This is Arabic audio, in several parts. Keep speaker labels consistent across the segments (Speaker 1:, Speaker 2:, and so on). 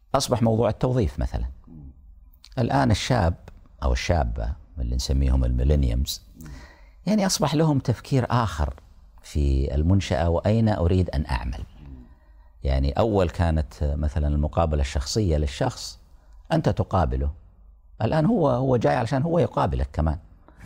Speaker 1: أصبح موضوع التوظيف مثلا. الآن الشاب أو الشابة اللي نسميهم الميلينيومز يعني أصبح لهم تفكير آخر في المنشأة وأين أريد أن أعمل. يعني أول كانت مثلا المقابلة الشخصية للشخص، أنت تقابله، الآن هو جاي علشان هو يقابلك كمان.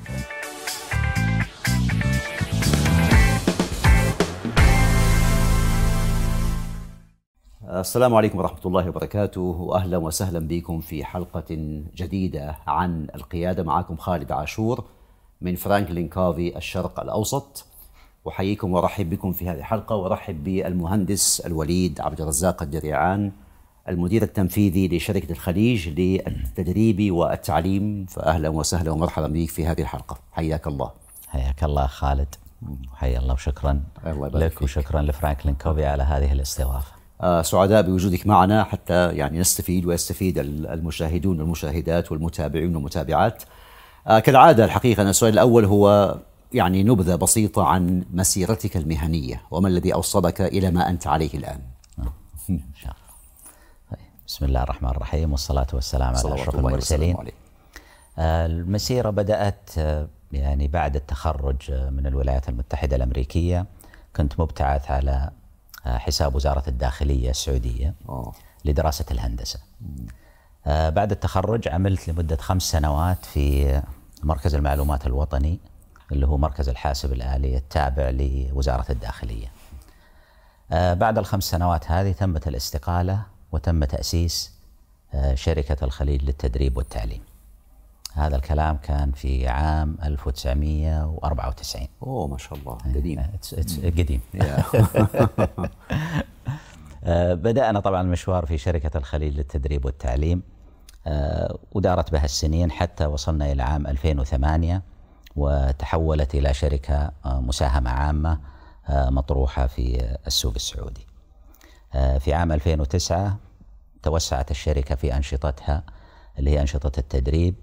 Speaker 2: السلام عليكم ورحمة الله وبركاته، وأهلا وسهلا بكم في حلقة جديدة عن القيادة. معكم خالد عاشور من فرانكلين كوفي الشرق الأوسط. أحييكم وأرحب بكم في هذه الحلقة، وأرحب بالمهندس الوليد عبد الرزاق الدريعان، المدير التنفيذي لشركة الخليج للتدريب والتعليم. فأهلا وسهلا ومرحبا بك في هذه الحلقة، حياك الله.
Speaker 1: حياك الله خالد، وحيا الله، وشكرا لك وشكرا لفرانكلين كوفي على هذه الاستضافة.
Speaker 2: سعداء بوجودك معنا حتى يعني نستفيد ويستفيد المشاهدون والمشاهدات والمتابعين والمتابعات. كالعادة الحقيقة السؤال الأول هو يعني نبذة بسيطة عن مسيرتك المهنية وما الذي أوصلك إلى ما أنت عليه الآن.
Speaker 1: إن شاء الله. بسم الله الرحمن الرحيم، والصلاة والسلام على أشرف المرسلين. المسيرة بدأت يعني بعد التخرج من الولايات المتحدة الأمريكية. كنت مبتعث على حساب وزارة الداخلية السعودية لدراسة الهندسة. بعد التخرج عملت لمدة 5 سنوات في مركز المعلومات الوطني اللي هو مركز الحاسب الآلي التابع لوزارة الداخلية. بعد ال5 سنوات هذه تمت الاستقالة وتم تأسيس شركة الخليج للتدريب والتعليم. هذا الكلام كان في عام 1994.
Speaker 2: ما شاء الله، قديم.
Speaker 1: قديم. بدأنا طبعا المشوار في شركة الخليج للتدريب والتعليم، ودارت بها السنين حتى وصلنا إلى عام 2008 وتحولت إلى شركة مساهمة عامة مطروحة في السوق السعودي. في عام 2009 توسعت الشركة في أنشطتها اللي هي أنشطة التدريب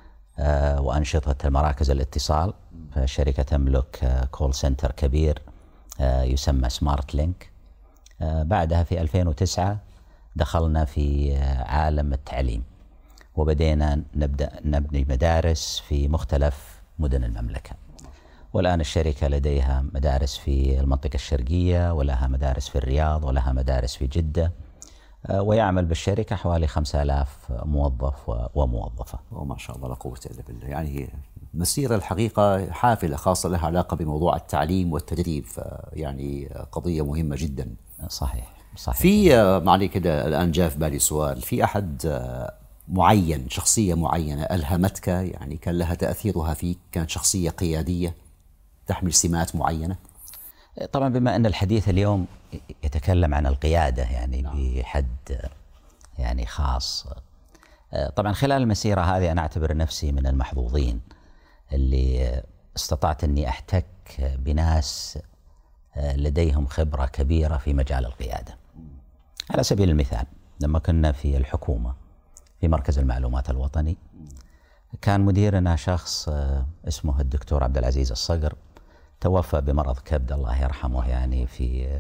Speaker 1: وأنشطة مراكز الاتصال. فالشركة تملك كول سنتر كبير يسمى سمارت لينك. بعدها في 2009 دخلنا في عالم التعليم وبدينا نبني مدارس في مختلف مدن المملكة. والآن الشركة لديها مدارس في المنطقة الشرقية، ولها مدارس في الرياض، ولها مدارس في جدة، ويعمل بالشركة حوالي 5000 موظف وموظفة.
Speaker 2: ما شاء الله، لا قوة إلا بالله. يعني مسيرة الحقيقة حافلة، خاصة لها علاقة بموضوع التعليم والتدريب، يعني قضية مهمة جدا.
Speaker 1: صحيح.
Speaker 2: في معلي كده الآن جاء في بالي سؤال، في أحد معين، شخصية معينة ألهمتك، يعني كان لها تأثيرها فيك، كانت شخصية قيادية تحمل سمات معينة؟
Speaker 1: طبعا بما أن الحديث اليوم يتكلم عن القيادة يعني بحد يعني خاص، طبعا خلال المسيرة هذه أنا أعتبر نفسي من المحظوظين اللي استطعت أني أحتك بناس لديهم خبرة كبيرة في مجال القيادة. على سبيل المثال لما كنا في الحكومة في مركز المعلومات الوطني، كان مديرنا شخص اسمه الدكتور عبد العزيز الصقر، توفى بمرض كبد الله يرحمه يعني في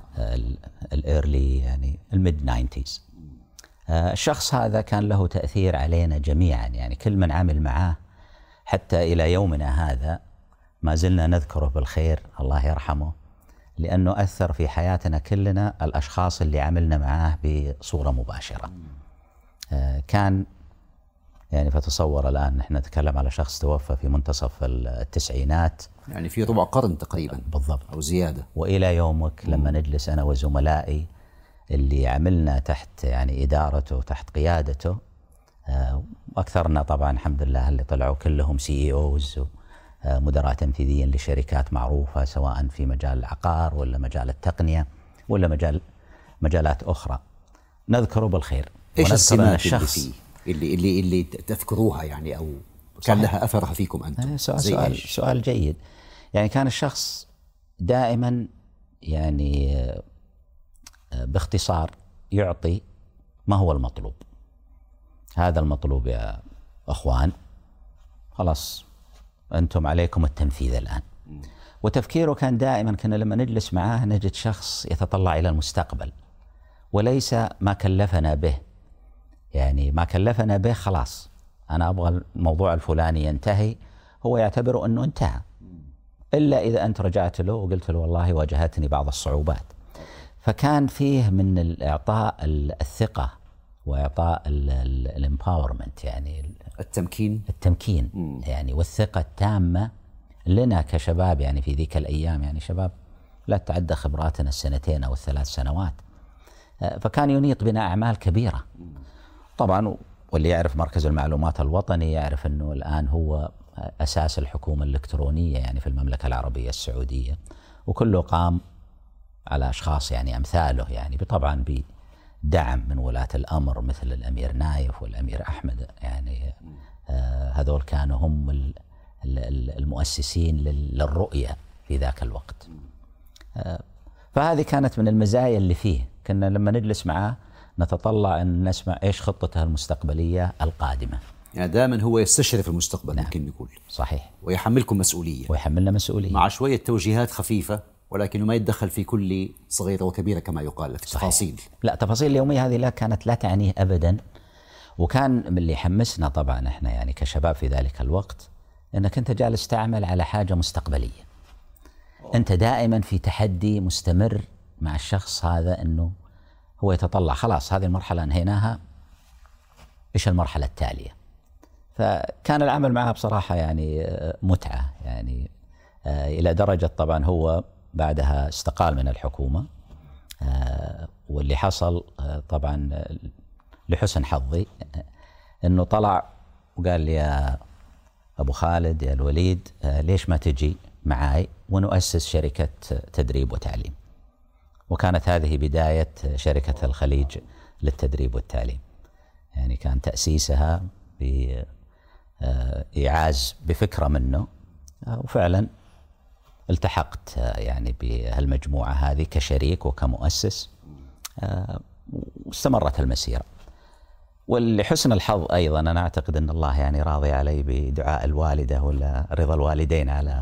Speaker 1: الإيرلي يعني الميد 90s. الشخص هذا كان له تأثير علينا جميعا، يعني كل من عمل معاه حتى إلى يومنا هذا ما زلنا نذكره بالخير الله يرحمه، لأنه أثر في حياتنا كلنا الأشخاص اللي عملنا معاه بصورة مباشرة. كان يعني فتصور الآن نحن نتكلم على شخص توفى في منتصف التسعينات،
Speaker 2: يعني في ربع قرن تقريبا
Speaker 1: بالضبط
Speaker 2: أو زيادة.
Speaker 1: وإلى يومك لما نجلس أنا وزملائي اللي عملنا تحت يعني إدارته تحت قيادته، وأكثرنا طبعا الحمد لله اللي طلعوا كلهم CEOs مدراء تنفيذيين لشركات معروفة، سواء في مجال العقار ولا مجال التقنية ولا مجالات أخرى، نذكره بالخير.
Speaker 2: إيش السمات اللي تذكروها يعني أو كان لها أثرها فيكم أنتم؟
Speaker 1: سؤال جيد. يعني كان الشخص دائما يعني باختصار يعطي ما هو المطلوب. هذا المطلوب يا أخوان، خلاص أنتم عليكم التنفيذ الآن. وتفكيره كان دائما، كنا لما نجلس معاه نجد شخص يتطلع إلى المستقبل وليس ما كلفنا به يعني ما كلفنا به خلاص أنا أبغى الموضوع الفلاني ينتهي، هو يعتبر أنه انتهى، إلا إذا أنت رجعت له وقلت له والله واجهتني بعض الصعوبات. فكان فيه من الإعطاء الثقة وإعطاء الامباورمنت، يعني التمكين يعني والثقة التامة لنا كشباب، يعني في ذيك الأيام يعني شباب لا تتعدى خبراتنا 2 أو 3 سنوات. فكان ينيط بنا أعمال كبيرة طبعا. واللي يعرف مركز المعلومات الوطني يعرف أنه الآن هو أساس الحكومة الإلكترونية يعني في المملكة العربية السعودية، وكله قام على أشخاص يعني أمثاله، يعني طبعا بدعم من ولاة الأمر مثل الأمير نايف والأمير أحمد، يعني هذول كانوا هم المؤسسين للرؤية في ذاك الوقت. فهذه كانت من المزايا اللي فيه. كنا لما نجلس معاه نتطلع أن نسمع إيش خطته المستقبلية القادمة.
Speaker 2: يعني دائما هو يستشرف المستقبل.
Speaker 1: نعم.
Speaker 2: ممكن نقول
Speaker 1: صحيح.
Speaker 2: ويحملكم مسؤولية.
Speaker 1: ويحملنا مسؤولية
Speaker 2: مع شوية توجيهات خفيفة، ولكنه ما يتدخل في كل صغيرة وكبيرة كما يقال في التفاصيل.
Speaker 1: لا، تفاصيل اليومية هذه لا كانت لا تعنيه أبدا. وكان من اللي يحمسنا طبعا احنا يعني كشباب في ذلك الوقت انك انت جالس تعمل على حاجة مستقبلية. انت دائما في تحدي مستمر مع الشخص هذا، انه هو يتطلع خلاص هذه المرحلة انهيناها، ايش المرحلة التالية. فكان العمل معه بصراحة يعني متعة، يعني إلى درجة طبعا هو بعدها استقال من الحكومة. واللي حصل طبعا لحسن حظي أنه طلع وقال لي يا أبو خالد يا الوليد ليش ما تجي معاي ونؤسس شركة تدريب وتعليم. وكانت هذه بداية شركة الخليج للتدريب والتعليم. يعني كان تأسيسها بإعاز بفكرة منه، وفعلا التحقت يعني بهالمجموعة هذه كشريك وكمؤسس، واستمرت المسيرة. ولحسن الحظ أيضا أنا أعتقد أن الله يعني راضي علي بدعاء الوالدة ولا رضا الوالدين على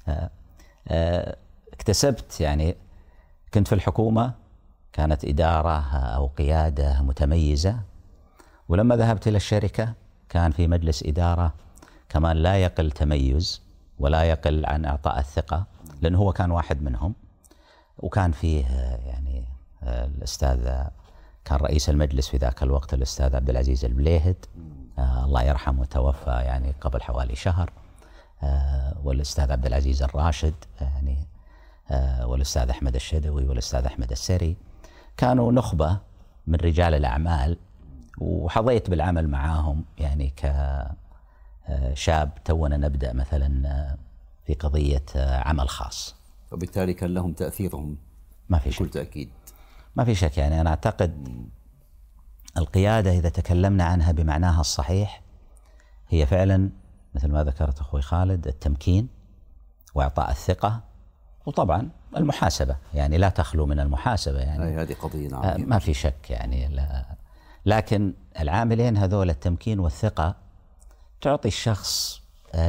Speaker 1: اكتسبت، يعني كنت في الحكومة كانت إدارة أو قيادة متميزة، ولما ذهبت إلى الشركة كان في مجلس إدارة كمان لا يقل تميز ولا يقل عن إعطاء الثقة، لأنه هو كان واحد منهم. وكان فيه يعني الأستاذ كان رئيس المجلس في ذاك الوقت الأستاذ عبد العزيز البليهد، الله يرحمه، توفى يعني قبل حوالي شهر. والأستاذ عبد العزيز الراشد يعني، والأستاذ أحمد الشدوي والأستاذ أحمد السري، كانوا نخبة من رجال الأعمال. وحظيت بالعمل معاهم يعني كشاب تونا نبدأ مثلا في قضية عمل خاص.
Speaker 2: وبالتالي كان لهم تأثيرهم
Speaker 1: ما في شك،
Speaker 2: بكل تأكيد.
Speaker 1: ما في شك. يعني أنا أعتقد القيادة إذا تكلمنا عنها بمعناها الصحيح هي فعلا مثل ما ذكرت أخوي خالد، التمكين وإعطاء الثقة، وطبعا المحاسبة، يعني لا تخلو من المحاسبة. يعني
Speaker 2: هذه قضية نعم
Speaker 1: ما في شك يعني لكن العاملين هذول التمكين والثقة تعطي الشخص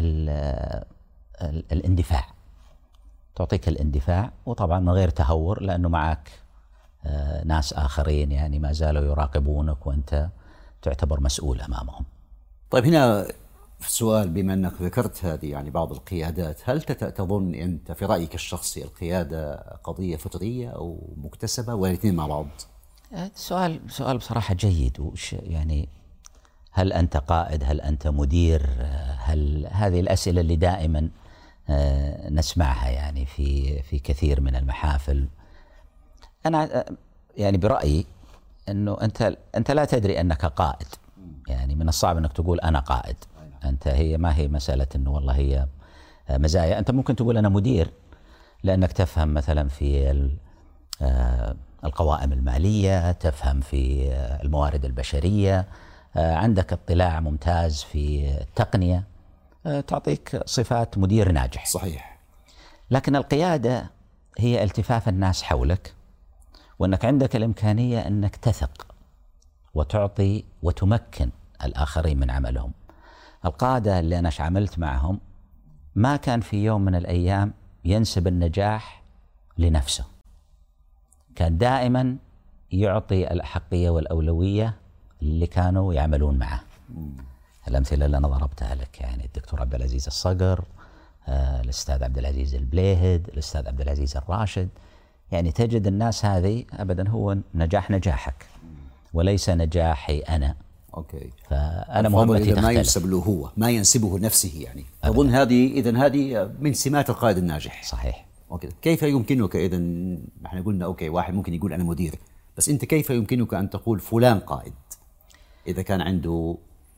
Speaker 1: الاندفاع، تعطيك الاندفاع، وطبعا من غير تهور، لأنه معك ناس آخرين يعني ما زالوا يراقبونك وأنت تعتبر مسؤول أمامهم.
Speaker 2: طيب هنا سؤال، بما أنك ذكرت هذه يعني بعض القيادات، هل تظن أنت في رأيك الشخصي القيادة قضية فطرية أو مكتسبة ولا الاثنين مع بعض؟
Speaker 1: سؤال بصراحة جيد. يعني هل أنت قائد؟ هل أنت مدير؟ هل هذه الأسئلة اللي دائما نسمعها يعني في كثير من المحافل. أنا يعني برأيي أنه أنت لا تدري أنك قائد. يعني من الصعب أنك تقول أنا قائد. هي ما هي مسألة أنه والله هي مزايا. أنت ممكن تقول أنا مدير لأنك تفهم مثلا في القوائم المالية، تفهم في الموارد البشرية، عندك اطلاع ممتاز في التقنية، تعطيك صفات مدير ناجح.
Speaker 2: صحيح.
Speaker 1: لكن القيادة هي التفاف الناس حولك، وأنك عندك الإمكانية أنك تثق وتعطي وتمكن الآخرين من عملهم. القادة اللي أنا عملت معهم ما كان في يوم من الأيام ينسب النجاح لنفسه، كان دائما يعطي الأحقية والأولوية اللي كانوا يعملون معه. الأمثلة اللي أنا ضربتها لك يعني الدكتور عبد العزيز الصقر، الأستاذ عبد العزيز البليهد، الأستاذ عبد العزيز الراشد. يعني تجد الناس هذه أبدا هو نجاحك وليس نجاحي أنا.
Speaker 2: اوكي.
Speaker 1: فأنا مهمتي تختلف.
Speaker 2: ما ينسب له هو، ما ينسبه لنفسه يعني. أظن هذه من سمات القائد الناجح.
Speaker 1: صحيح.
Speaker 2: اوكي. كيف يمكنك اذا، احنا قلنا اوكي واحد ممكن يقول انا مدير، بس انت كيف يمكنك ان تقول فلان قائد؟ اذا كان عنده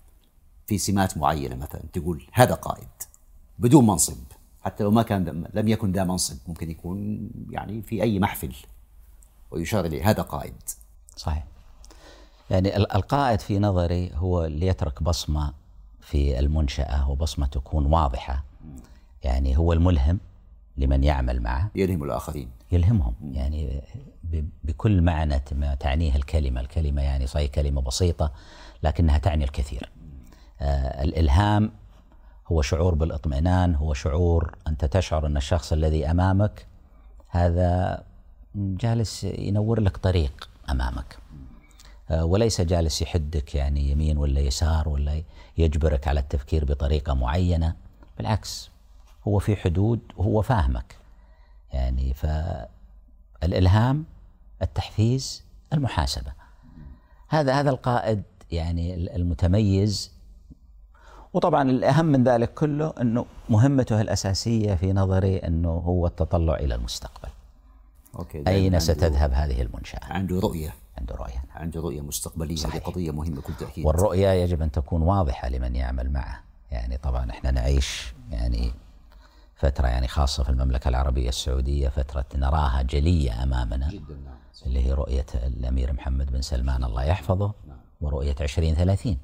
Speaker 2: في سمات معينه مثلا تقول هذا قائد بدون منصب، حتى لو ما كان لم يكن ذا منصب، ممكن يكون يعني في اي محفل ويشار اليه هذا قائد.
Speaker 1: صحيح. يعني القائد في نظري هو اللي يترك بصمة في المنشأة، وبصمة تكون واضحة. يعني هو الملهم لمن يعمل معه،
Speaker 2: يلهم الآخرين،
Speaker 1: يلهمهم يعني بكل معنى ما تعنيه الكلمة. الكلمة يعني صحيح كلمة بسيطة لكنها تعني الكثير. الإلهام هو شعور بالاطمئنان، هو شعور أنت تشعر أن الشخص الذي أمامك هذا جالس ينور لك طريق أمامك، وليس جالس يحدك يعني يمين ولا يسار ولا يجبرك على التفكير بطريقة معينة. بالعكس هو في حدود وهو فاهمك. يعني فالإلهام، التحفيز، المحاسبة، هذا القائد يعني المتميز. وطبعا الأهم من ذلك كله أنه مهمته الأساسية في نظري أنه هو التطلع إلى المستقبل.
Speaker 2: أوكي.
Speaker 1: أين ستذهب هذه المنشأة؟
Speaker 2: عنده رؤية.
Speaker 1: عنده رؤية
Speaker 2: مستقبلية. هذه قضية مهمة بكل تأكيد.
Speaker 1: والرؤية يجب أن تكون واضحة لمن يعمل معه. يعني طبعا إحنا نعيش يعني فترة يعني خاصة في المملكة العربية السعودية، فترة نراها جلية أمامنا
Speaker 2: جدا.
Speaker 1: اللي هي رؤية الأمير محمد بن سلمان الله يحفظه، ورؤية 2030.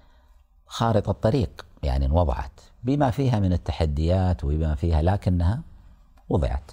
Speaker 1: خارطة الطريق يعني انوضعت بما فيها من التحديات وبما فيها، لكنها وضعت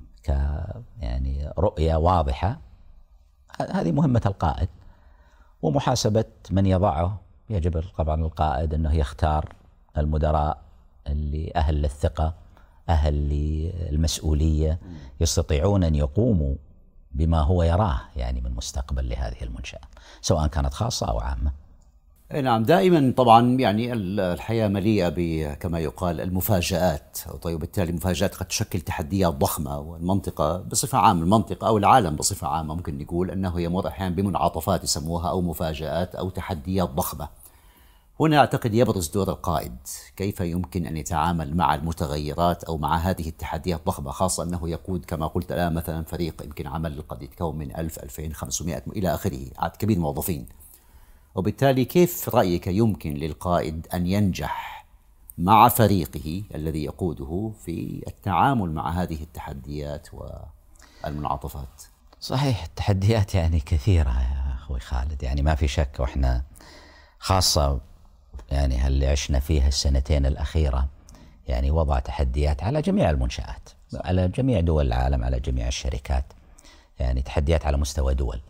Speaker 1: يعني رؤية واضحة. هذه مهمة القائد. ومحاسبة من يضعه، يجب طبعا القائد أنه يختار المدراء اللي أهل للثقة، أهل للمسؤولية، يستطيعون أن يقوموا بما هو يراه يعني من مستقبل لهذه المنشأة، سواء كانت خاصة أو عامة.
Speaker 2: نعم. دائما طبعا يعني الحياة مليئة كما يقال المفاجآت. طيب وبالتالي المفاجآت قد تشكل تحديات ضخمة، والمنطقة بصفة عامة، المنطقة أو العالم بصفة عامة ممكن نقول أنه يمر أحيانا بمنعطفات يسموها أو مفاجآت أو تحديات ضخمة. هنا أعتقد يبرز دور القائد، كيف يمكن أن يتعامل مع المتغيرات أو مع هذه التحديات الضخمة، خاصة أنه يقود كما قلت الآن مثلا فريق يمكن عمل قد يتكون من 1000 2500 إلى آخره، عدد كبير من الموظفين. وبالتالي كيف رأيك يمكن للقائد أن ينجح مع فريقه الذي يقوده في التعامل مع هذه التحديات والمنعطفات؟
Speaker 1: صحيح التحديات يعني كثيرة يا أخوي خالد، يعني ما في شك. وإحنا خاصة يعني اللي عشنا فيها السنتين الأخيرة يعني وضع تحديات على جميع المنشآت، على جميع دول العالم، على جميع الشركات، يعني تحديات على مستوى دول.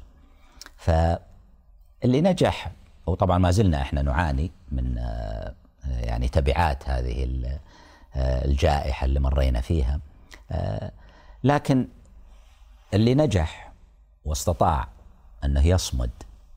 Speaker 1: فاللي نجح، وطبعا ما زلنا احنا نعاني من يعني تبعات هذه الجائحة اللي مرينا فيها، لكن اللي نجح واستطاع أنه يصمد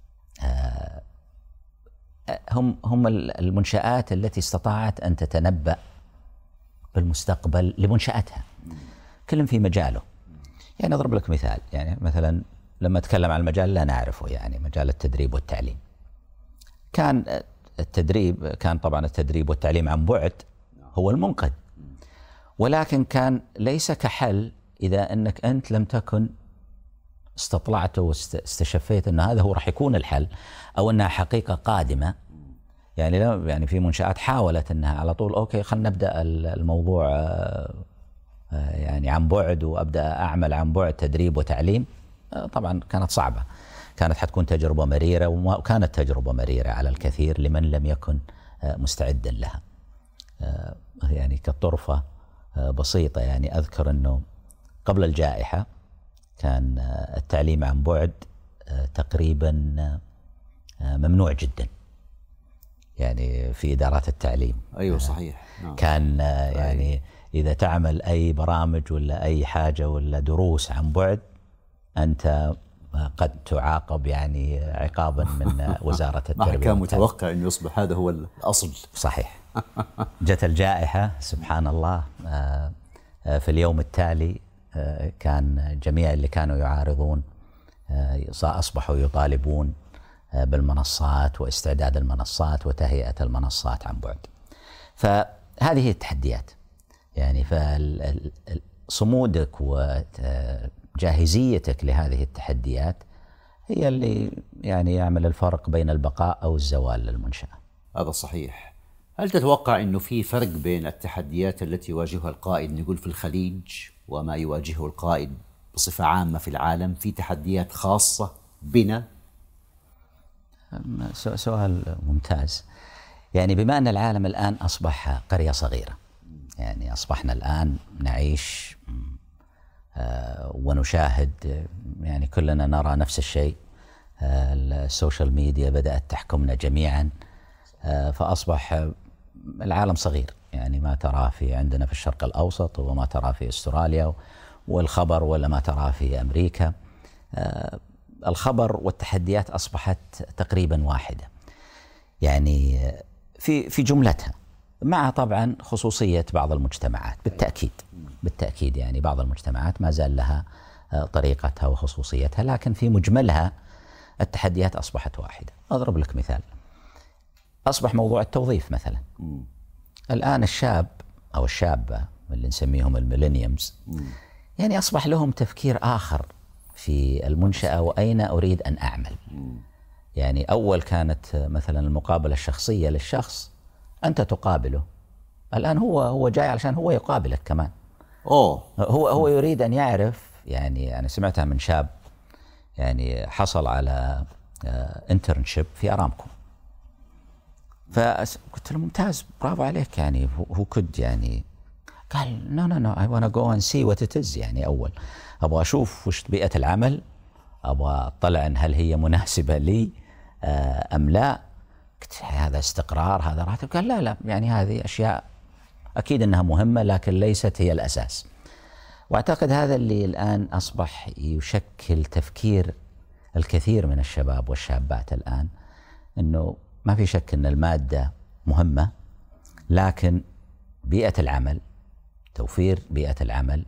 Speaker 1: هم المنشآت التي استطاعت أن تتنبأ بالمستقبل لمنشأتها، كل في مجاله. يعني أضرب لك مثال، يعني مثلا لما أتكلم عن المجال اللي أنا أعرفه، يعني مجال التدريب والتعليم، كان طبعا التدريب والتعليم عن بعد هو المنقذ، ولكن كان ليس كحل إذا أنك أنت لم تكن استطلعت واستشفيت أن هذا هو راح يكون الحل، أو أنها حقيقة قادمة. يعني في منشآت حاولت أنها على طول أوكي خلنا نبدأ الموضوع يعني عن بعد، وأبدأ أعمل عن بعد تدريب وتعليم. طبعا كانت صعبة، كانت حتكون تجربة مريرة، وكانت تجربة مريرة على الكثير لمن لم يكن مستعدا لها. يعني كطرفة بسيطة، يعني أذكر أنه قبل الجائحة كان التعليم عن بعد تقريبا ممنوع جدا يعني في إدارات التعليم.
Speaker 2: أيوة صحيح.
Speaker 1: كان يعني إذا تعمل أي برامج ولا أي حاجة ولا دروس عن بعد، أنت قد تعاقب يعني عقابا من وزارة التربية.
Speaker 2: ما كان متوقع أن يصبح هذا هو الأصل.
Speaker 1: صحيح. جت الجائحة سبحان الله، في اليوم التالي كان جميع اللي كانوا يعارضون أصبحوا يطالبون بالمنصات وإستعداد المنصات وتهيئة المنصات عن بعد. فهذه التحديات، يعني فصمودك وجاهزيتك لهذه التحديات هي اللي يعني يعمل الفرق بين البقاء أو الزوال للمنشأة.
Speaker 2: هذا صحيح. هل تتوقع أنه في فرق بين التحديات التي يواجهها القائد نقول في الخليج وما يواجهه القائد بصفة عامة في العالم؟ في تحديات خاصة بنا؟
Speaker 1: سؤال ممتاز. يعني بما أن العالم الآن أصبح قرية صغيرة، يعني أصبحنا الآن نعيش ونشاهد، يعني كلنا نرى نفس الشيء. السوشيال ميديا بدأت تحكمنا جميعا، فأصبح العالم صغير، يعني ما تراه في عندنا في الشرق الأوسط وما تراه في أستراليا والخبر ولا ما تراه في أمريكا. الخبر والتحديات أصبحت تقريبا واحدة، يعني في جملتها، مع طبعا خصوصية بعض المجتمعات بالتأكيد يعني بعض المجتمعات ما زال لها طريقتها وخصوصيتها، لكن في مجملها التحديات أصبحت واحدة. أضرب لك مثال، أصبح موضوع التوظيف مثلا. الآن الشاب أو الشابة اللي نسميهم الميلينيومز، يعني أصبح لهم تفكير آخر في المنشأة وأين أريد أن أعمل. يعني أول كانت مثلا المقابلة الشخصية للشخص، أنت تقابله، الآن هو جاي علشان هو يقابلك كمان. هو يريد أن يعرف. يعني أنا سمعتها من شاب يعني حصل على انترنشيب في أرامكو، فقلت له ممتاز برافو عليك، يعني هو كود يعني قال no I want to go and see what it is. يعني أول أبغى أشوف وش بيئة العمل، أبغى أطلع أن هل هي مناسبة لي أم لا. قلت هذا استقرار، هذا راتب؟ قال لا يعني هذه أشياء أكيد أنها مهمة لكن ليست هي الأساس. وأعتقد هذا اللي الآن أصبح يشكل تفكير الكثير من الشباب والشابات الآن، أنه ما في شك أن المادة مهمة، لكن بيئة العمل، توفير بيئة العمل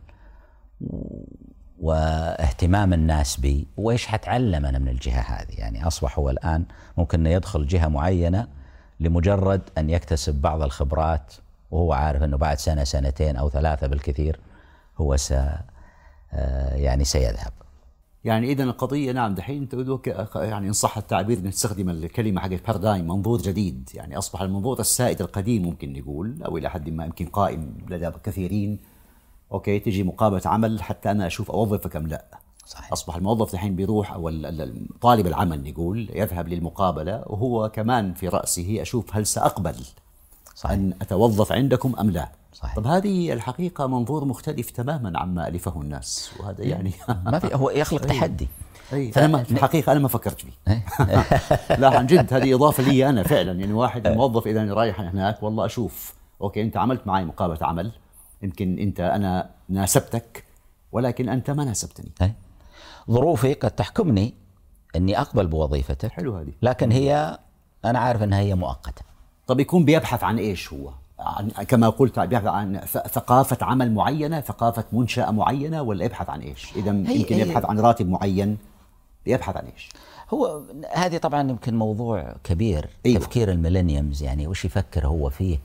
Speaker 1: واهتمام الناس بي وإيش حتعلم أنا من الجهة هذه. يعني أصبح هو الآن ممكن يدخل جهة معينة لمجرد أن يكتسب بعض الخبرات، وهو عارف أنه بعد سنة سنتين أو ثلاثة بالكثير هو يعني سيذهب.
Speaker 2: يعني إذن القضية نعم دحين أنت يعني إن صح التعبير نستخدم الكلمة حق بارادايم، منظور جديد. يعني أصبح المنظور السائد القديم ممكن نقول، أو إلى حد ما يمكن قائم لدى كثيرين. أوكي تجي مقابلة عمل حتى أنا أشوف أوظفك أم لا.
Speaker 1: صحيح.
Speaker 2: أصبح الموظف دحين بيروح، أو طالب العمل نقول يذهب للمقابلة وهو كمان في رأسه أشوف هل سأقبل صحيح. أن أتوظف عندكم أم لا.
Speaker 1: صحيح.
Speaker 2: طب هذه الحقيقة منظور مختلف تماما عما ألفه الناس، وهذا يعني
Speaker 1: ما في، هو يخلق تحدي.
Speaker 2: أنا في الحقيقة أنا ما فكرت فيه. لا عن جد هذه إضافة لي أنا فعلا. يعني واحد موظف إذا رايح هناك والله أشوف أوكي أنت عملت معي مقابلة عمل، يمكن أنا ناسبتك ولكن أنت ما ناسبتني.
Speaker 1: ظروفي قد تحكمني أني أقبل بوظيفتك.
Speaker 2: حلو هذه.
Speaker 1: لكن هي أنا عارف أنها هي مؤقتة.
Speaker 2: طب يكون بيبحث عن إيش هو؟ كما قلت بيبحث عن ثقافة عمل معينة، ثقافة منشأة معينة، ولا يبحث عن إيش؟ إذا يمكن يبحث عن راتب معين، يبحث عن إيش؟
Speaker 1: هو هذه طبعا يمكن موضوع كبير.
Speaker 2: أيوة.
Speaker 1: تفكير الميلينيومز يعني وش يفكر هو فيه،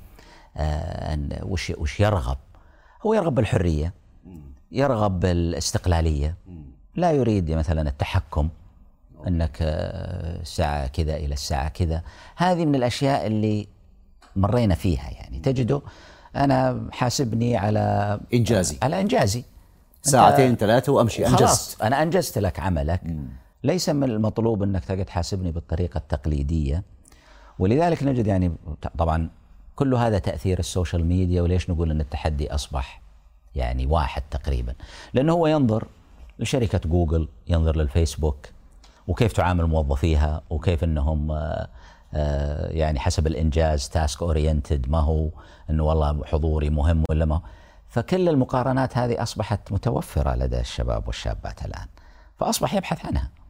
Speaker 1: وش يرغب. هو يرغب بالحرية، يرغب بالاستقلالية، لا يريد مثلا التحكم أنك ساعة كذا إلى الساعة كذا. هذه من الأشياء اللي مرينا فيها. يعني تجده أنا حاسبني على إنجازي
Speaker 2: ساعتين ثلاثة وأمشي أنجزت.
Speaker 1: خلاص أنا أنجزت لك عملك. ليس من المطلوب أنك تقعد تحاسبني بالطريقة التقليدية. ولذلك نجد يعني طبعا كل هذا تأثير السوشيال ميديا. وليش نقول أن التحدي أصبح يعني واحد تقريبا؟ لأنه هو ينظر لشركة جوجل، ينظر للفيسبوك وكيف تعامل موظفيها، وكيف أنهم يعني حسب الإنجاز تاسك أورينتد، ما هو أنه والله حضوري مهم ولا ما. فكل المقارنات هذه أصبحت متوفرة لدى الشباب والشابات الآن، فأصبح يبحث عنها.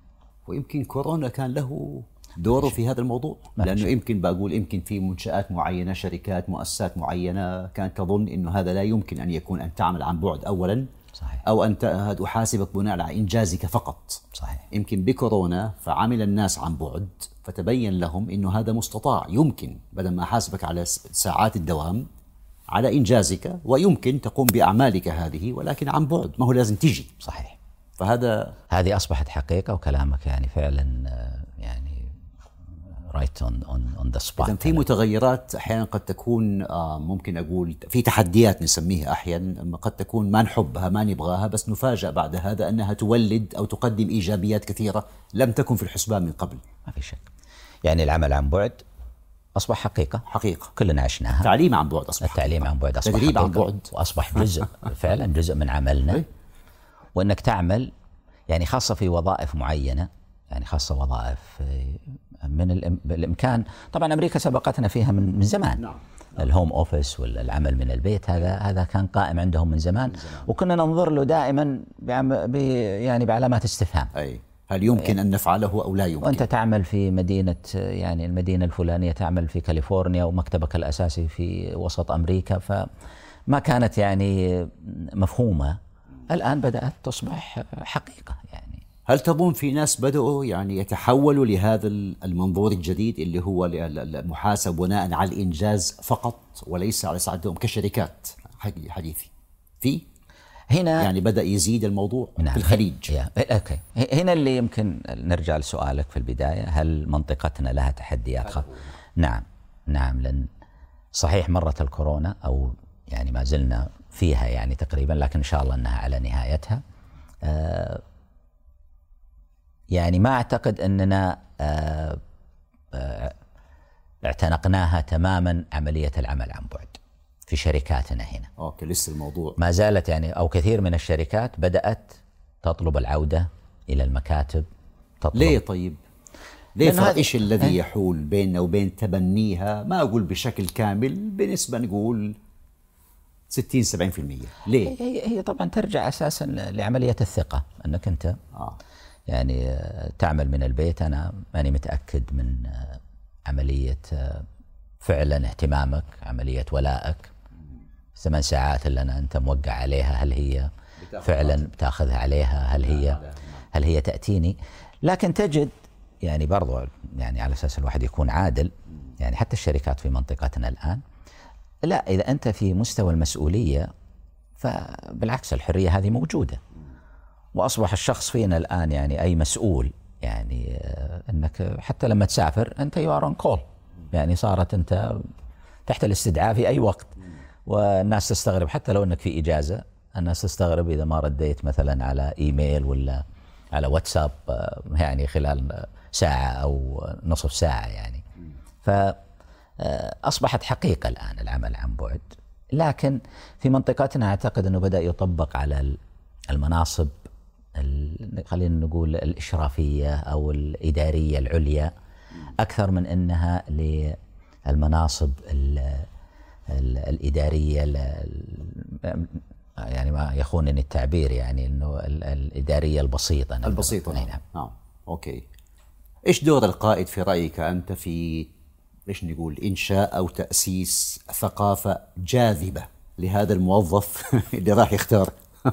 Speaker 2: ويمكن كورونا كان له دوره في هذا الموضوع، لأنه يمكن بقول يمكن في منشآت معينة، شركات، مؤسسات معينة كانت تظن أنه هذا لا يمكن أن يكون أن تعمل عن بعد أولا،
Speaker 1: صحيح.
Speaker 2: أو أن أحاسبك بناء على إنجازك فقط.
Speaker 1: صحيح.
Speaker 2: يمكن بكورونا فعمل الناس عن بعد، فتبين لهم أنه هذا مستطاع، يمكن بدل ما أحاسبك على ساعات الدوام على إنجازك، ويمكن تقوم بأعمالك هذه ولكن عن بعد، ما هو لازم تيجي.
Speaker 1: صحيح.
Speaker 2: هذه
Speaker 1: أصبحت حقيقة، وكلامك يعني فعلا يعني رايت اون ذا سبوت.
Speaker 2: إذن في متغيرات أحيانا قد تكون ممكن أقول في تحديات نسميها أحيانا، قد تكون ما نحبها ما نبغاها، بس نفاجأ بعد هذا أنها تولد أو تقدم إيجابيات كثيرة لم تكن في الحسبان من قبل.
Speaker 1: ما في شك، يعني العمل عن بعد أصبح حقيقة كلنا عشناها.
Speaker 2: التعليم عن بعد أصبح
Speaker 1: التعليم عن بعد أصبح
Speaker 2: تدريب عن بعد،
Speaker 1: وأصبح جزء فعلا جزء من عملنا. وأنك تعمل يعني خاصة في وظائف معينة، يعني خاصة وظائف من بالإمكان. طبعا أمريكا سبقتنا فيها من زمان.
Speaker 2: نعم.
Speaker 1: الهوم أوفيس والعمل من البيت هذا كان قائم عندهم من زمان. وكنا ننظر له دائما يعني بعلامات استفهام.
Speaker 2: هل يمكن أن نفعله أو لا يمكن؟
Speaker 1: وأنت تعمل في مدينة، يعني المدينة الفلانية، تعمل في كاليفورنيا ومكتبك الأساسي في وسط أمريكا، فما كانت يعني مفهومة. الآن بدأت تصبح حقيقة. يعني
Speaker 2: هل تظن في ناس بدأوا يعني يتحولوا لهذا المنظور الجديد اللي هو المحاسب بناء على الإنجاز فقط وليس على سعادتهم كشركات؟ حديثي في هنا يعني بدأ يزيد الموضوع.
Speaker 1: نعم.
Speaker 2: في الخليج.
Speaker 1: أوكي. هنا اللي يمكن نرجع لسؤالك في البداية، هل منطقتنا لها تحديات؟ نعم، لأن صحيح مرت الكورونا، أو يعني ما زلنا فيها يعني تقريبا، لكن إن شاء الله أنها على نهايتها. يعني ما أعتقد أننا اعتنقناها تماما عملية العمل عن بعد في شركاتنا هنا.
Speaker 2: لسه الموضوع
Speaker 1: ما زالت يعني، أو كثير من الشركات بدأت تطلب العودة إلى المكاتب.
Speaker 2: ليه طيب؟ ليه إيش الذي يحول بيننا وبين تبنيها؟ ما أقول بشكل كامل، بنسبة نقول 60-70%. ليه؟
Speaker 1: هي طبعا ترجع أساسا لعملية الثقة، أنك أنت يعني تعمل من البيت. أنا ماني متأكد من عملية فعلا اهتمامك، عملية ولائك. 8 ساعات اللي أنت موقع عليها، هل هي فعلا بتاخذها عليها؟ هل هي تأتيني؟ لكن تجد يعني برضو، يعني على أساس الواحد يكون عادل، يعني حتى الشركات في منطقتنا الآن، لا، إذا أنت في مستوى المسؤولية فبالعكس الحرية هذه موجودة. وأصبح الشخص فينا الآن يعني أي مسؤول، يعني أنك حتى لما تسافر أنت you are on call، يعني صارت أنت تحت الاستدعاء في أي وقت. والناس تستغرب حتى لو أنك في إجازة، الناس تستغرب إذا ما رديت مثلا على إيميل ولا على واتساب يعني خلال ساعة أو نصف ساعة يعني. فأصبحت حقيقة الآن العمل عن بعد. لكن في منطقتنا أعتقد أنه بدأ يطبق على المناصب خلينا نقول الإشرافية أو الإدارية العليا، أكثر من أنها للمناصب الإدارية، يعني ما يخونني التعبير، يعني أنه الإدارية البسيطة.
Speaker 2: نعم. أوكي. إيش دور القائد في رأيك أنت في إيش نقول إنشاء أو تأسيس ثقافة جاذبة لهذا الموظف اللي راح يختار؟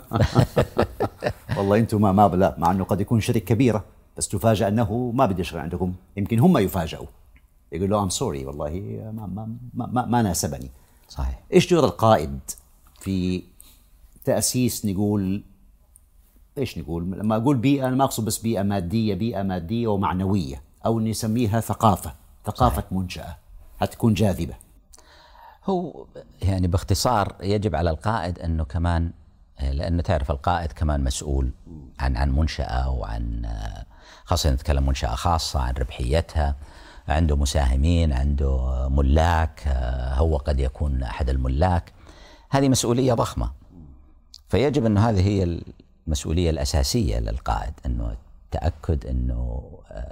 Speaker 2: والله أنتم ما بلا، مع أنه قد يكون شركة كبيرة، بس تفاجأ أنه ما بدي أشتغل عندكم. يمكن هم يفاجئوا، يقولوا I'm sorry والله ما ناسبني.
Speaker 1: صحيح.
Speaker 2: إيش دور القائد في تأسيس نقول إيش نقول، لما أقول بيئة أنا ما أقصد بس بيئة مادية ومعنوية، أو نسميها ثقافة منشأة هتكون جاذبة.
Speaker 1: هو يعني باختصار يجب على القائد أنه كمان، لأنه تعرف القائد كمان مسؤول عن منشأة، وعن خاصة نتكلم منشأة خاصة، عن ربحيتها، عنده مساهمين، عنده ملاك، هو قد يكون أحد الملاك. هذه مسؤولية ضخمة، فيجب أنه هذه هي المسؤولية الأساسية للقائد، أنه تأكد أنه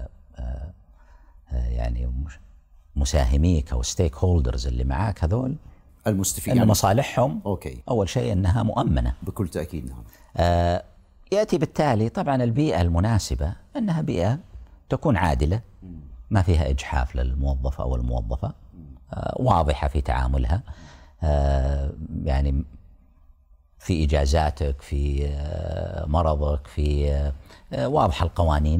Speaker 1: يعني مساهميك أو ستيك هولدرز اللي معاك هذول
Speaker 2: المستفيدين
Speaker 1: أن مصالحهم أول شيء أنها مؤمنة
Speaker 2: بكل تأكيد. نعم.
Speaker 1: يأتي بالتالي طبعا البيئة المناسبة، أنها بيئة تكون عادلة، ما فيها إجحاف للموظف أو الموظفة، واضحة في تعاملها، يعني في إجازاتك، في مرضك، في واضحة القوانين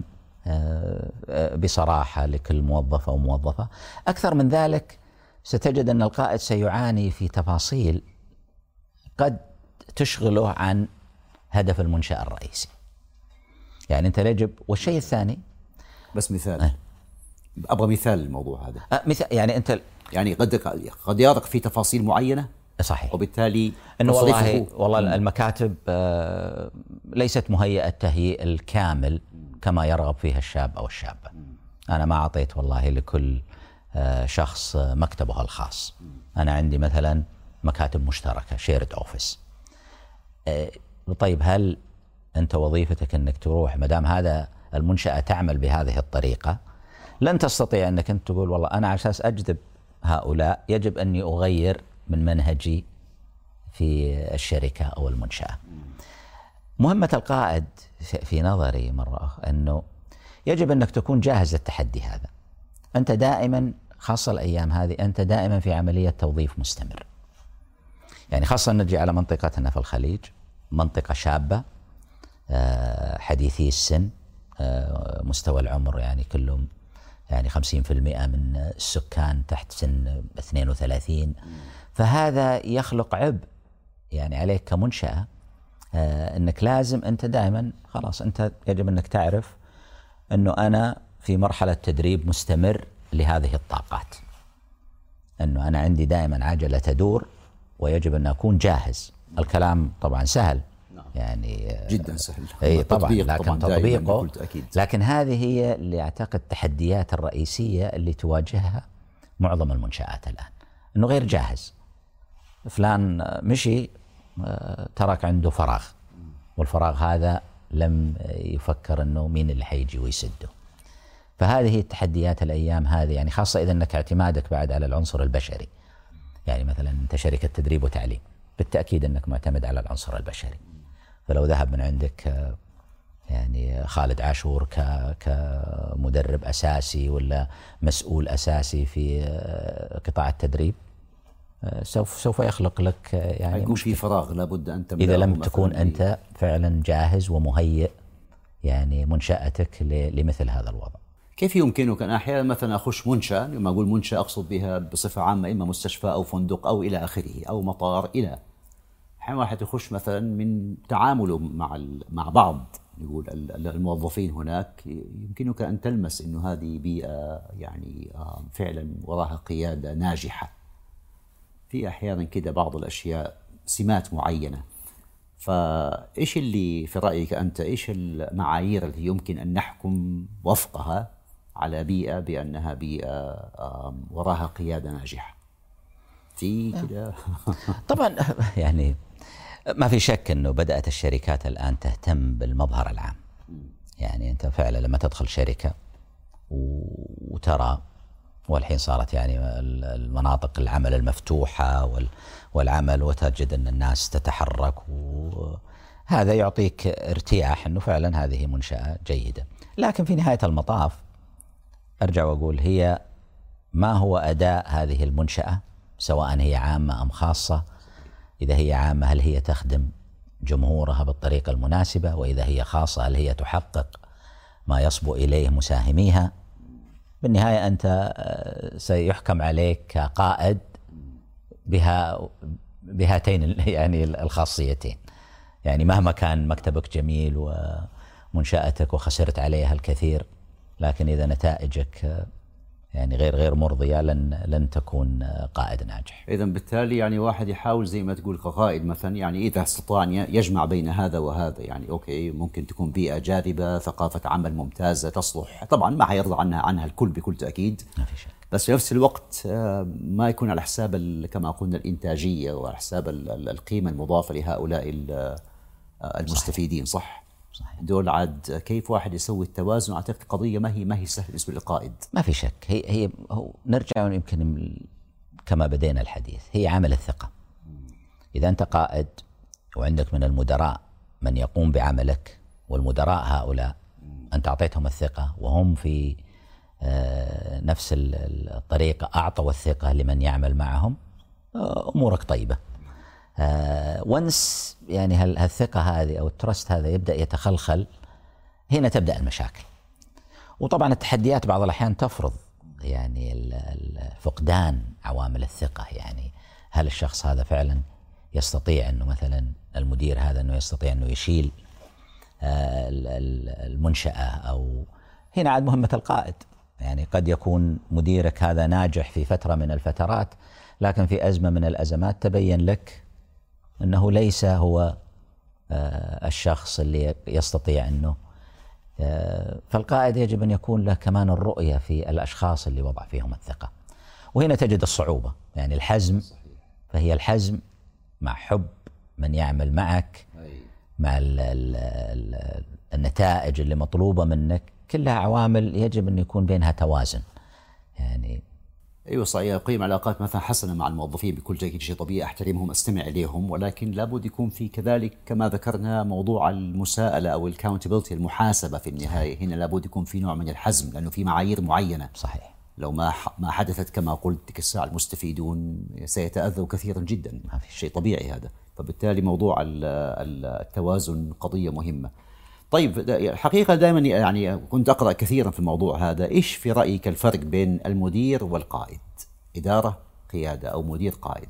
Speaker 1: بصراحة لكل موظف أو موظفة. أكثر من ذلك ستجد أن القائد سيعاني في تفاصيل قد تشغله عن هدف المنشأة الرئيسي. يعني أنت يجب، والشيء الثاني
Speaker 2: بس مثال، أبغى مثال للموضوع هذا.
Speaker 1: مثال يعني أنت
Speaker 2: يعني قد يرق في تفاصيل معينة،
Speaker 1: صحيح،
Speaker 2: وبالتالي
Speaker 1: أنه والله المكاتب ليست مهيئة التهيئ الكامل كما يرغب فيها الشاب أو الشابة. أنا ما أعطيت والله لكل شخص مكتبه الخاص. أنا عندي مثلا مكاتب مشتركة شيرد أوفيس. طيب هل أنت وظيفتك أنك تروح، مدام هذا المنشأة تعمل بهذه الطريقة، لن تستطيع أنك أنت تقول والله أنا على أساس أجذب هؤلاء يجب أني أغير من منهجي في الشركة أو المنشأة. مهمة القائد في نظري مرة أنه يجب أنك تكون جاهز للتحدي هذا. أنت دائما، خاصة الأيام هذه، أنت دائما في عملية توظيف مستمر. يعني خاصة نجي على منطقتنا في الخليج، منطقة شابة، حديثي السن، مستوى العمر يعني كلهم يعني 50% من السكان تحت سن 32. فهذا يخلق عبء يعني عليك كمنشأة، أنك لازم أنت دائما خلاص أنت يجب أنك تعرف أنه أنا في مرحلة تدريب مستمر لهذه الطاقات، أنه أنا عندي دائما عجلة تدور ويجب أن أكون جاهز. الكلام طبعا سهل، يعني
Speaker 2: جدا سهل،
Speaker 1: أي طبعا، لكن تطبيقه، لكن هذه هي اللي أعتقد التحديات الرئيسية اللي تواجهها معظم المنشآت الآن، أنه غير جاهز. فلان مشي ترك عنده فراغ، والفراغ هذا لم يفكر أنه مين اللي حيجي ويسده. فهذه التحديات الأيام هذه، يعني خاصة إذا أنك اعتمادك بعد على العنصر البشري. يعني مثلا أنت شركة تدريب وتعليم، بالتأكيد أنك معتمد على العنصر البشري. فلو ذهب من عندك يعني خالد عاشور كمدرب أساسي ولا مسؤول أساسي في قطاع التدريب، سوف يخلق لك يعني
Speaker 2: يكون في فراغ لابد أن تملأه
Speaker 1: إذا لم تكون أنت فعلا جاهز ومهيئ يعني منشأتك لمثل هذا الوضع.
Speaker 2: كيف يمكنك أن أحيانا مثلا أخش منشأة، لما أقول منشأة أقصد بها بصفة عامة إما مستشفى أو فندق أو إلى آخره أو مطار، إلى أحيانا واحد يخش مثلا من تعامله مع بعض نقول الموظفين هناك، يمكنك أن تلمس إنه هذه بيئة يعني فعلا وراها قيادة ناجحة. في أحيانا كده بعض الأشياء سمات معينة، فإيش اللي في رأيك أنت، إيش المعايير اللي يمكن أن نحكم وفقها على بيئة بأنها بيئة وراها قيادة ناجحة في كده؟
Speaker 1: طبعا يعني ما في شك أنه بدأت الشركات الآن تهتم بالمظهر العام. يعني أنت فعلا لما تدخل شركة وترى، والحين صارت يعني المناطق العمل المفتوحة والعمل، وتجد أن الناس تتحرك، وهذا يعطيك ارتياح أنه فعلا هذه منشأة جيدة. لكن في نهاية المطاف أرجع وأقول، هي ما هو أداء هذه المنشأة سواء هي عامة أم خاصة. إذا هي عامة هل هي تخدم جمهورها بالطريقة المناسبة؟ وإذا هي خاصة هل هي تحقق ما يصبو إليه مساهميها؟ بالنهاية أنت سيحكم عليك كقائد بهاتين يعني الخاصيتين. يعني مهما كان مكتبك جميل ومنشأتك وخسرت عليها الكثير، لكن إذا نتائجك يعني غير مرضية لن تكون قائد ناجح.
Speaker 2: إذا بالتالي يعني واحد يحاول زي ما تقول كقائد مثلا، يعني إذا استطاع يجمع بين هذا وهذا، يعني أوكي ممكن تكون بيئة جاذبة، ثقافة عمل ممتازة تصلح، طبعا ما حيرضى عنها الكل بكل تأكيد،
Speaker 1: ما في شك،
Speaker 2: بس في نفس الوقت ما يكون على حساب كما قلنا الإنتاجية وعلى حساب القيمة المضافة لهؤلاء المستفيدين. صح؟ دول عاد كيف واحد يسوي التوازن؟ أعتقد قضية ما هي سهلة بالنسبة للقائد.
Speaker 1: ما في شك، هي نرجع يمكن كما بدينا الحديث، هي عامل الثقة. إذا أنت قائد وعندك من المدراء من يقوم بعملك، والمدراء هؤلاء أنت أعطيتهم الثقة وهم في نفس الطريقة أعطوا الثقة لمن يعمل معهم، أمورك طيبة. ونس يعني هالثقة هذه أو الترست هذا يبدأ يتخلخل، هنا تبدأ المشاكل. وطبعا التحديات بعض الأحيان تفرض يعني فقدان عوامل الثقة. يعني هل الشخص هذا فعلا يستطيع أنه مثلا المدير هذا أنه يستطيع أنه يشيل المنشأة؟ أو هنا عاد مهمة القائد. يعني قد يكون مديرك هذا ناجح في فترة من الفترات، لكن في أزمة من الأزمات تبين لك أنه ليس هو الشخص اللي يستطيع أنه فالقائد يجب أن يكون له كمان الرؤية في الأشخاص اللي وضع فيهم الثقة. وهنا تجد الصعوبة، يعني الحزم، فهي الحزم مع حب من يعمل معك، مع النتائج اللي مطلوبة منك، كلها عوامل يجب أن يكون بينها توازن. يعني
Speaker 2: ايوه صحيح. قيم علاقات مثلا حسنه مع الموظفين بكل شيء طبيعي، احترمهم، استمع اليهم، ولكن لابد يكون في كذلك كما ذكرنا موضوع المساءله او الكاونتبيلتي، المحاسبه في النهايه. هنا لابد يكون في نوع من الحزم، لانه في معايير معينه.
Speaker 1: صحيح.
Speaker 2: لو ما حدثت كما قلت تلك الساعه المستفيدون سيتاذوا كثيرا جدا، شيء طبيعي هذا. فبالتالي موضوع التوازن قضيه مهمه. طيب الحقيقة دائما يعني كنت أقرأ كثيرا في الموضوع هذا. إيش في رأيك الفرق بين المدير والقائد؟ إدارة قيادة أو مدير قائد،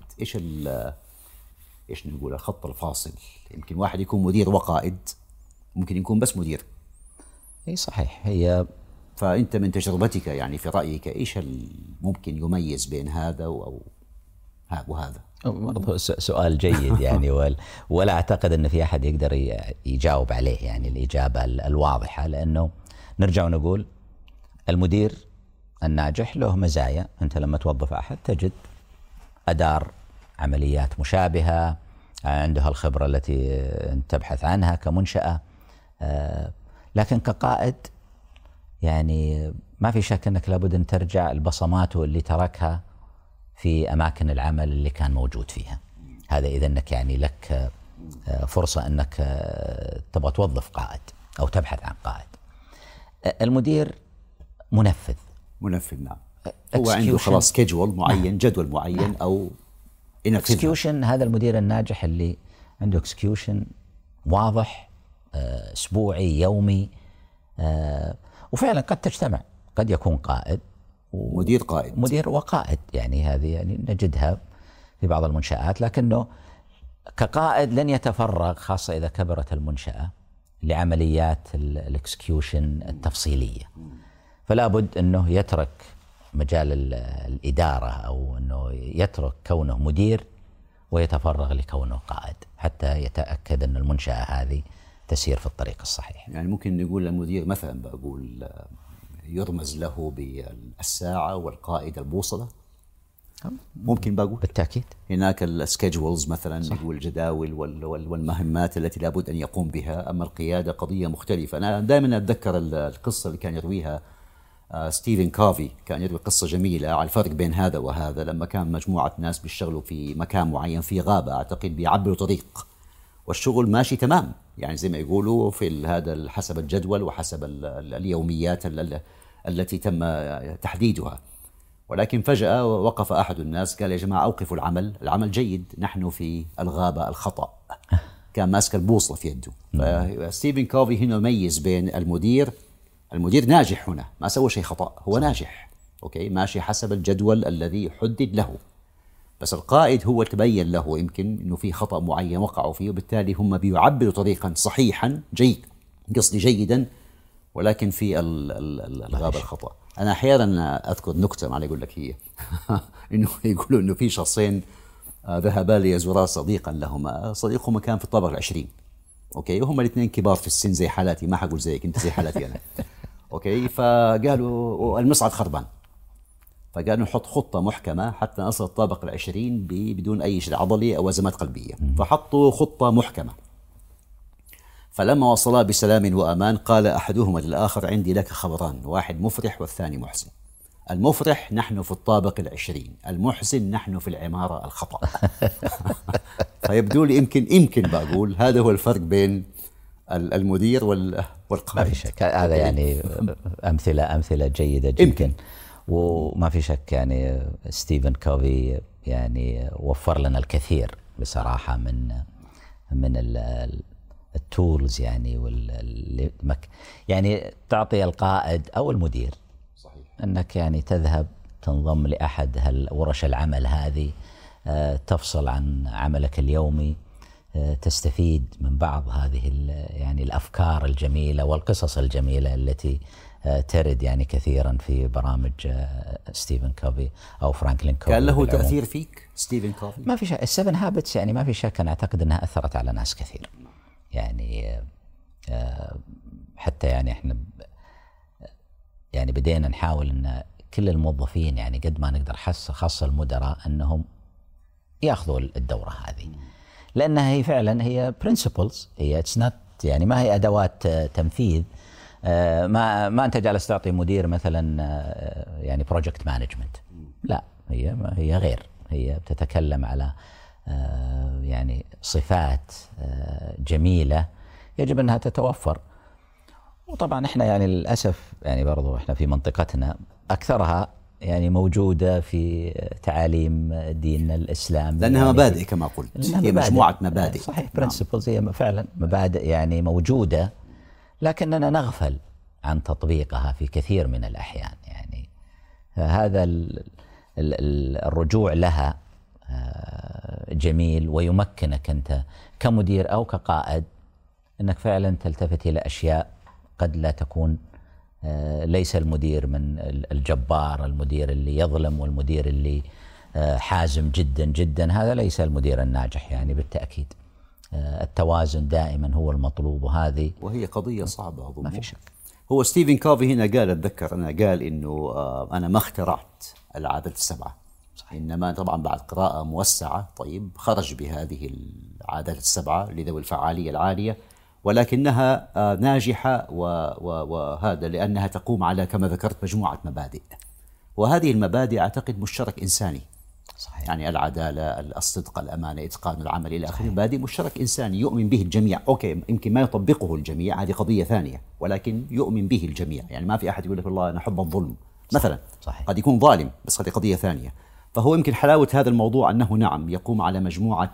Speaker 2: إيش نقول الخط الفاصل؟ يمكن واحد يكون مدير وقائد، ممكن يكون بس مدير.
Speaker 1: أي صحيح. هي
Speaker 2: فأنت من تجربتك يعني في رأيك إيش ممكن يميز بين هذا أو وهذا؟
Speaker 1: سؤال جيد يعني ولا أعتقد أن في أحد يقدر يجاوب عليه يعني الإجابة الواضحة، لأنه نرجع ونقول المدير الناجح له مزايا. أنت لما توظف أحد تجد أدار عمليات مشابهة، عنده الخبرة التي أنت تبحث عنها كمنشأة، لكن كقائد يعني ما في شك أنك لابد أن ترجع البصمات اللي تركها في أماكن العمل اللي كان موجود فيها. هذا إذا أنك يعني لك فرصة أنك تبغى توظف قائد أو تبحث عن قائد. المدير منفذ.
Speaker 2: نعم. هو عنده خلاص سكيدجول معين، جدول معين أو
Speaker 1: اكسكيوشن. هذا المدير الناجح اللي عنده اكسكيوشن واضح، أسبوعي، يومي. وفعلا قد تجتمع، قد يكون قائد مدير وقائد، يعني هذه يعني نجدها في بعض المنشآت، لكنه كقائد لن يتفرغ، خاصة إذا كبرت المنشأة، لعمليات الاكسكيوشن التفصيلية. فلا بد أنه يترك مجال الإدارة أو أنه يترك كونه مدير ويتفرغ لكونه قائد، حتى يتأكد أن المنشأة هذه تسير في الطريق الصحيح.
Speaker 2: يعني ممكن نقول المدير مثلا بقول يرمز له بالساعة والقائد البوصلة، ممكن بقول
Speaker 1: بالتأكيد.
Speaker 2: هناك السكيدجولز مثلا، نقول الجداول والمهمات التي لابد أن يقوم بها. أما القيادة قضية مختلفة. أنا دائما أتذكر القصة اللي كان يرويها ستيفن كوفي، كان يروي قصة جميلة على الفرق بين هذا وهذا. لما كان مجموعة ناس بيشتغلوا في مكان معين في غابة أعتقد، بيعبروا طريق والشغل ماشي تمام، يعني زي ما يقولوا في هذا حسب الجدول وحسب اليوميات التي تم تحديدها. ولكن فجأة وقف أحد الناس قال: يا جماعة أوقفوا العمل جيد، نحن في الغابة الخطأ. كان ماسك البوصلة في يده. فستيفن كوفي هنا يميز بين المدير ناجح، هنا ما سوى شيء خطأ، هو ناجح، أوكي، ماشي حسب الجدول الذي حدد له. بس القائد هو تبين له يمكن أنه في خطأ معين وقعوا فيه، وبالتالي هم بيعبروا طريقا صحيحا جيدا، ولكن في الغابة الخطأ. أنا أحيانا أذكر نكتة، ما أقول لك هي إنه يقولوا إنه في شخصين ذهبا ليزورا صديقا لهما، صديقهما كان في الطابق 20، أوكي، وهم الاثنين كبار في السن زي حالاتي، ما حقول زيك أنت، زي حالاتي أنا، أوكي. فقالوا المصعد خربان، فقالوا نحط خطة محكمة حتى نصل الطابق 20 بدون أي شيء عضلي أو أزمات قلبية. فحطوا خطة محكمة. فلما وصلا بسلام وأمان قال أحدهما للآخر: عندي لك خبران، واحد مفرح والثاني محزن. المفرح نحن في الطابق 20، المحزن نحن في العمارة الخطأ. فيبدو لي يمكن بقول هذا هو الفرق بين المدير والقائد.
Speaker 1: ما في شك، هذا يعني أمثلة جيدة جدا.
Speaker 2: يمكن.
Speaker 1: وما في شك يعني ستيفن كوفي يعني وفر لنا الكثير بصراحة من التولز يعني يعني تعطي القائد أو المدير
Speaker 2: صحيح
Speaker 1: أنك يعني تذهب تنضم لأحد ورش العمل هذه، تفصل عن عملك اليومي، تستفيد من بعض هذه يعني الأفكار الجميلة والقصص الجميلة التي ترد يعني كثيرا في برامج ستيفن كوفي أو فرانكلين كوفي.
Speaker 2: كان له تأثير فيك ستيفن كوفي؟
Speaker 1: ما في شك، السفن هابتس يعني ما في شك، أنا أعتقد أنها أثرت على ناس كثير يعني. حتى يعني احنا يعني بدينا نحاول ان كل الموظفين يعني قد ما نقدر خاصة المدراء انهم ياخذوا الدورة هذه، لانها هي فعلا هي principles، هي it's not يعني ما هي ادوات تنفيذ. ما انت جالس تعطي مدير مثلا يعني بروجكت مانجمنت، لا، هي غير، هي بتتكلم على يعني صفات جميلة يجب انها تتوفر. وطبعا احنا يعني للاسف يعني برضو احنا في منطقتنا اكثرها يعني موجوده في تعاليم ديننا الاسلام،
Speaker 2: لانها
Speaker 1: يعني
Speaker 2: مبادئ كما قلت، هي مجموعه مبادئ.
Speaker 1: صحيح، برنسبلز هي فعلا مبادئ يعني موجوده، لكننا نغفل عن تطبيقها في كثير من الاحيان. يعني هذا الرجوع لها جميل، ويمكنك انت كمدير او كقائد انك فعلا تلتفت الى اشياء قد لا تكون. ليس المدير من الجبار، المدير اللي يظلم والمدير اللي حازم جدا جدا، هذا ليس المدير الناجح يعني بالتأكيد. التوازن دائما هو المطلوب،
Speaker 2: وهي قضية صعبة أظن.
Speaker 1: ما في شك.
Speaker 2: هو ستيفن كوفي هنا قال، أتذكر أنا قال إنه أنا ما اخترعت العادات السبعة، إنما طبعا بعد قراءة موسعة طيب خرج بهذه العادات السبعة لذوي الفعالية العالية، ولكنها ناجحة وهذا لأنها تقوم على كما ذكرت مجموعة مبادئ، وهذه المبادئ أعتقد مشترك إنساني.
Speaker 1: صحيح.
Speaker 2: يعني العدالة، الصدق، الأمانة، إتقان العمل إلى آخره، مبادئ مشترك إنساني يؤمن به الجميع. أوكي، يمكن ما يطبقه الجميع، هذه قضية ثانية، ولكن يؤمن به الجميع. يعني ما في أحد يقول لك والله أنا أحب الظلم مثلا.
Speaker 1: صحيح.
Speaker 2: قد يكون ظالم بس هذه قضية ثانية. فهو يمكن حلاوة هذا الموضوع أنه نعم يقوم على مجموعة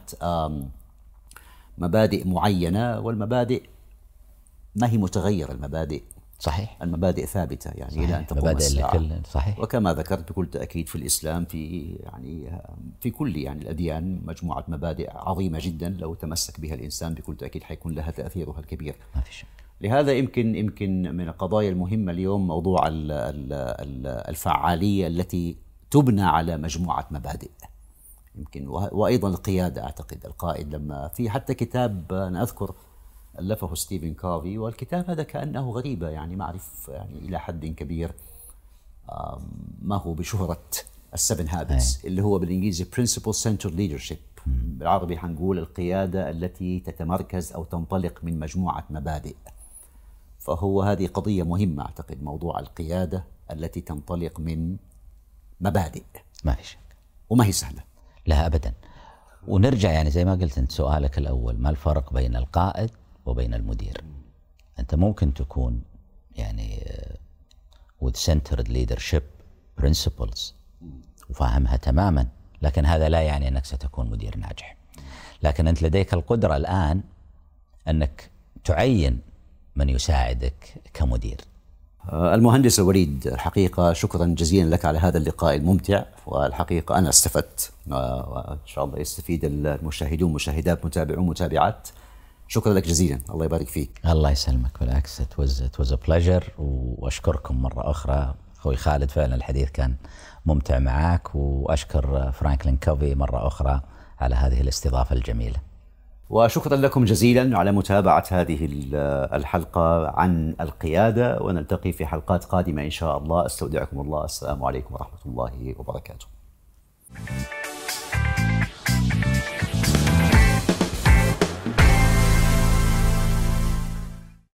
Speaker 2: مبادئ معينة، والمبادئ ما هي متغيرة، المبادئ
Speaker 1: صحيح،
Speaker 2: المبادئ ثابتة يعني
Speaker 1: صحيح.
Speaker 2: إلى أن تقوم الساعة.
Speaker 1: صحيح.
Speaker 2: وكما ذكرت بكل تأكيد في الإسلام في كل يعني الأديان مجموعة مبادئ عظيمة جدا، لو تمسك بها الإنسان بكل تأكيد حيكون لها تأثيرها الكبير.
Speaker 1: ما في شك.
Speaker 2: لهذا يمكن من القضايا المهمة اليوم موضوع الفعالية التي تبنى على مجموعة مبادئ. يمكن وأيضا القيادة، أعتقد القائد لما في حتى كتاب أنا أذكر ألفه ستيفن كوفي، والكتاب هذا كأنه غريبة يعني ما أعرف يعني إلى حد كبير ما هو بشهرة السبن هابتس اللي هو بالإنجليزي Principle Centered Leadership، بالعربي حنقول القيادة التي تتمركز أو تنطلق من مجموعة مبادئ. فهو هذه قضية مهمة أعتقد، موضوع القيادة التي تنطلق من مبادئ.
Speaker 1: ما في شك،
Speaker 2: وما هي سهلة.
Speaker 1: لا أبدا. ونرجع يعني زي ما قلت أنت سؤالك الأول، ما الفرق بين القائد وبين المدير؟ أنت ممكن تكون يعني with centered leadership principles وفاهمها تماما، لكن هذا لا يعني أنك ستكون مدير ناجح. لكن أنت لديك القدرة الآن أنك تعين من يساعدك كمدير.
Speaker 2: المهندس الوليد، الحقيقة شكرا جزيلا لك على هذا اللقاء الممتع، والحقيقة أنا استفدت، وإن شاء الله يستفيد المشاهدون مشاهدات متابعون متابعات. شكرا لك جزيلا، الله يبارك فيك.
Speaker 1: الله يسلمك، بالعكس it was a pleasure، وأشكركم مرة أخرى أخوي خالد، فعلا الحديث كان ممتع معك، وأشكر فرانكلين كوفي مرة أخرى على هذه الاستضافة الجميلة.
Speaker 2: وشكرا لكم جزيلا على متابعة هذه الحلقة عن القيادة، ونلتقي في حلقات قادمة إن شاء الله. استودعكم الله، السلام عليكم ورحمة الله وبركاته.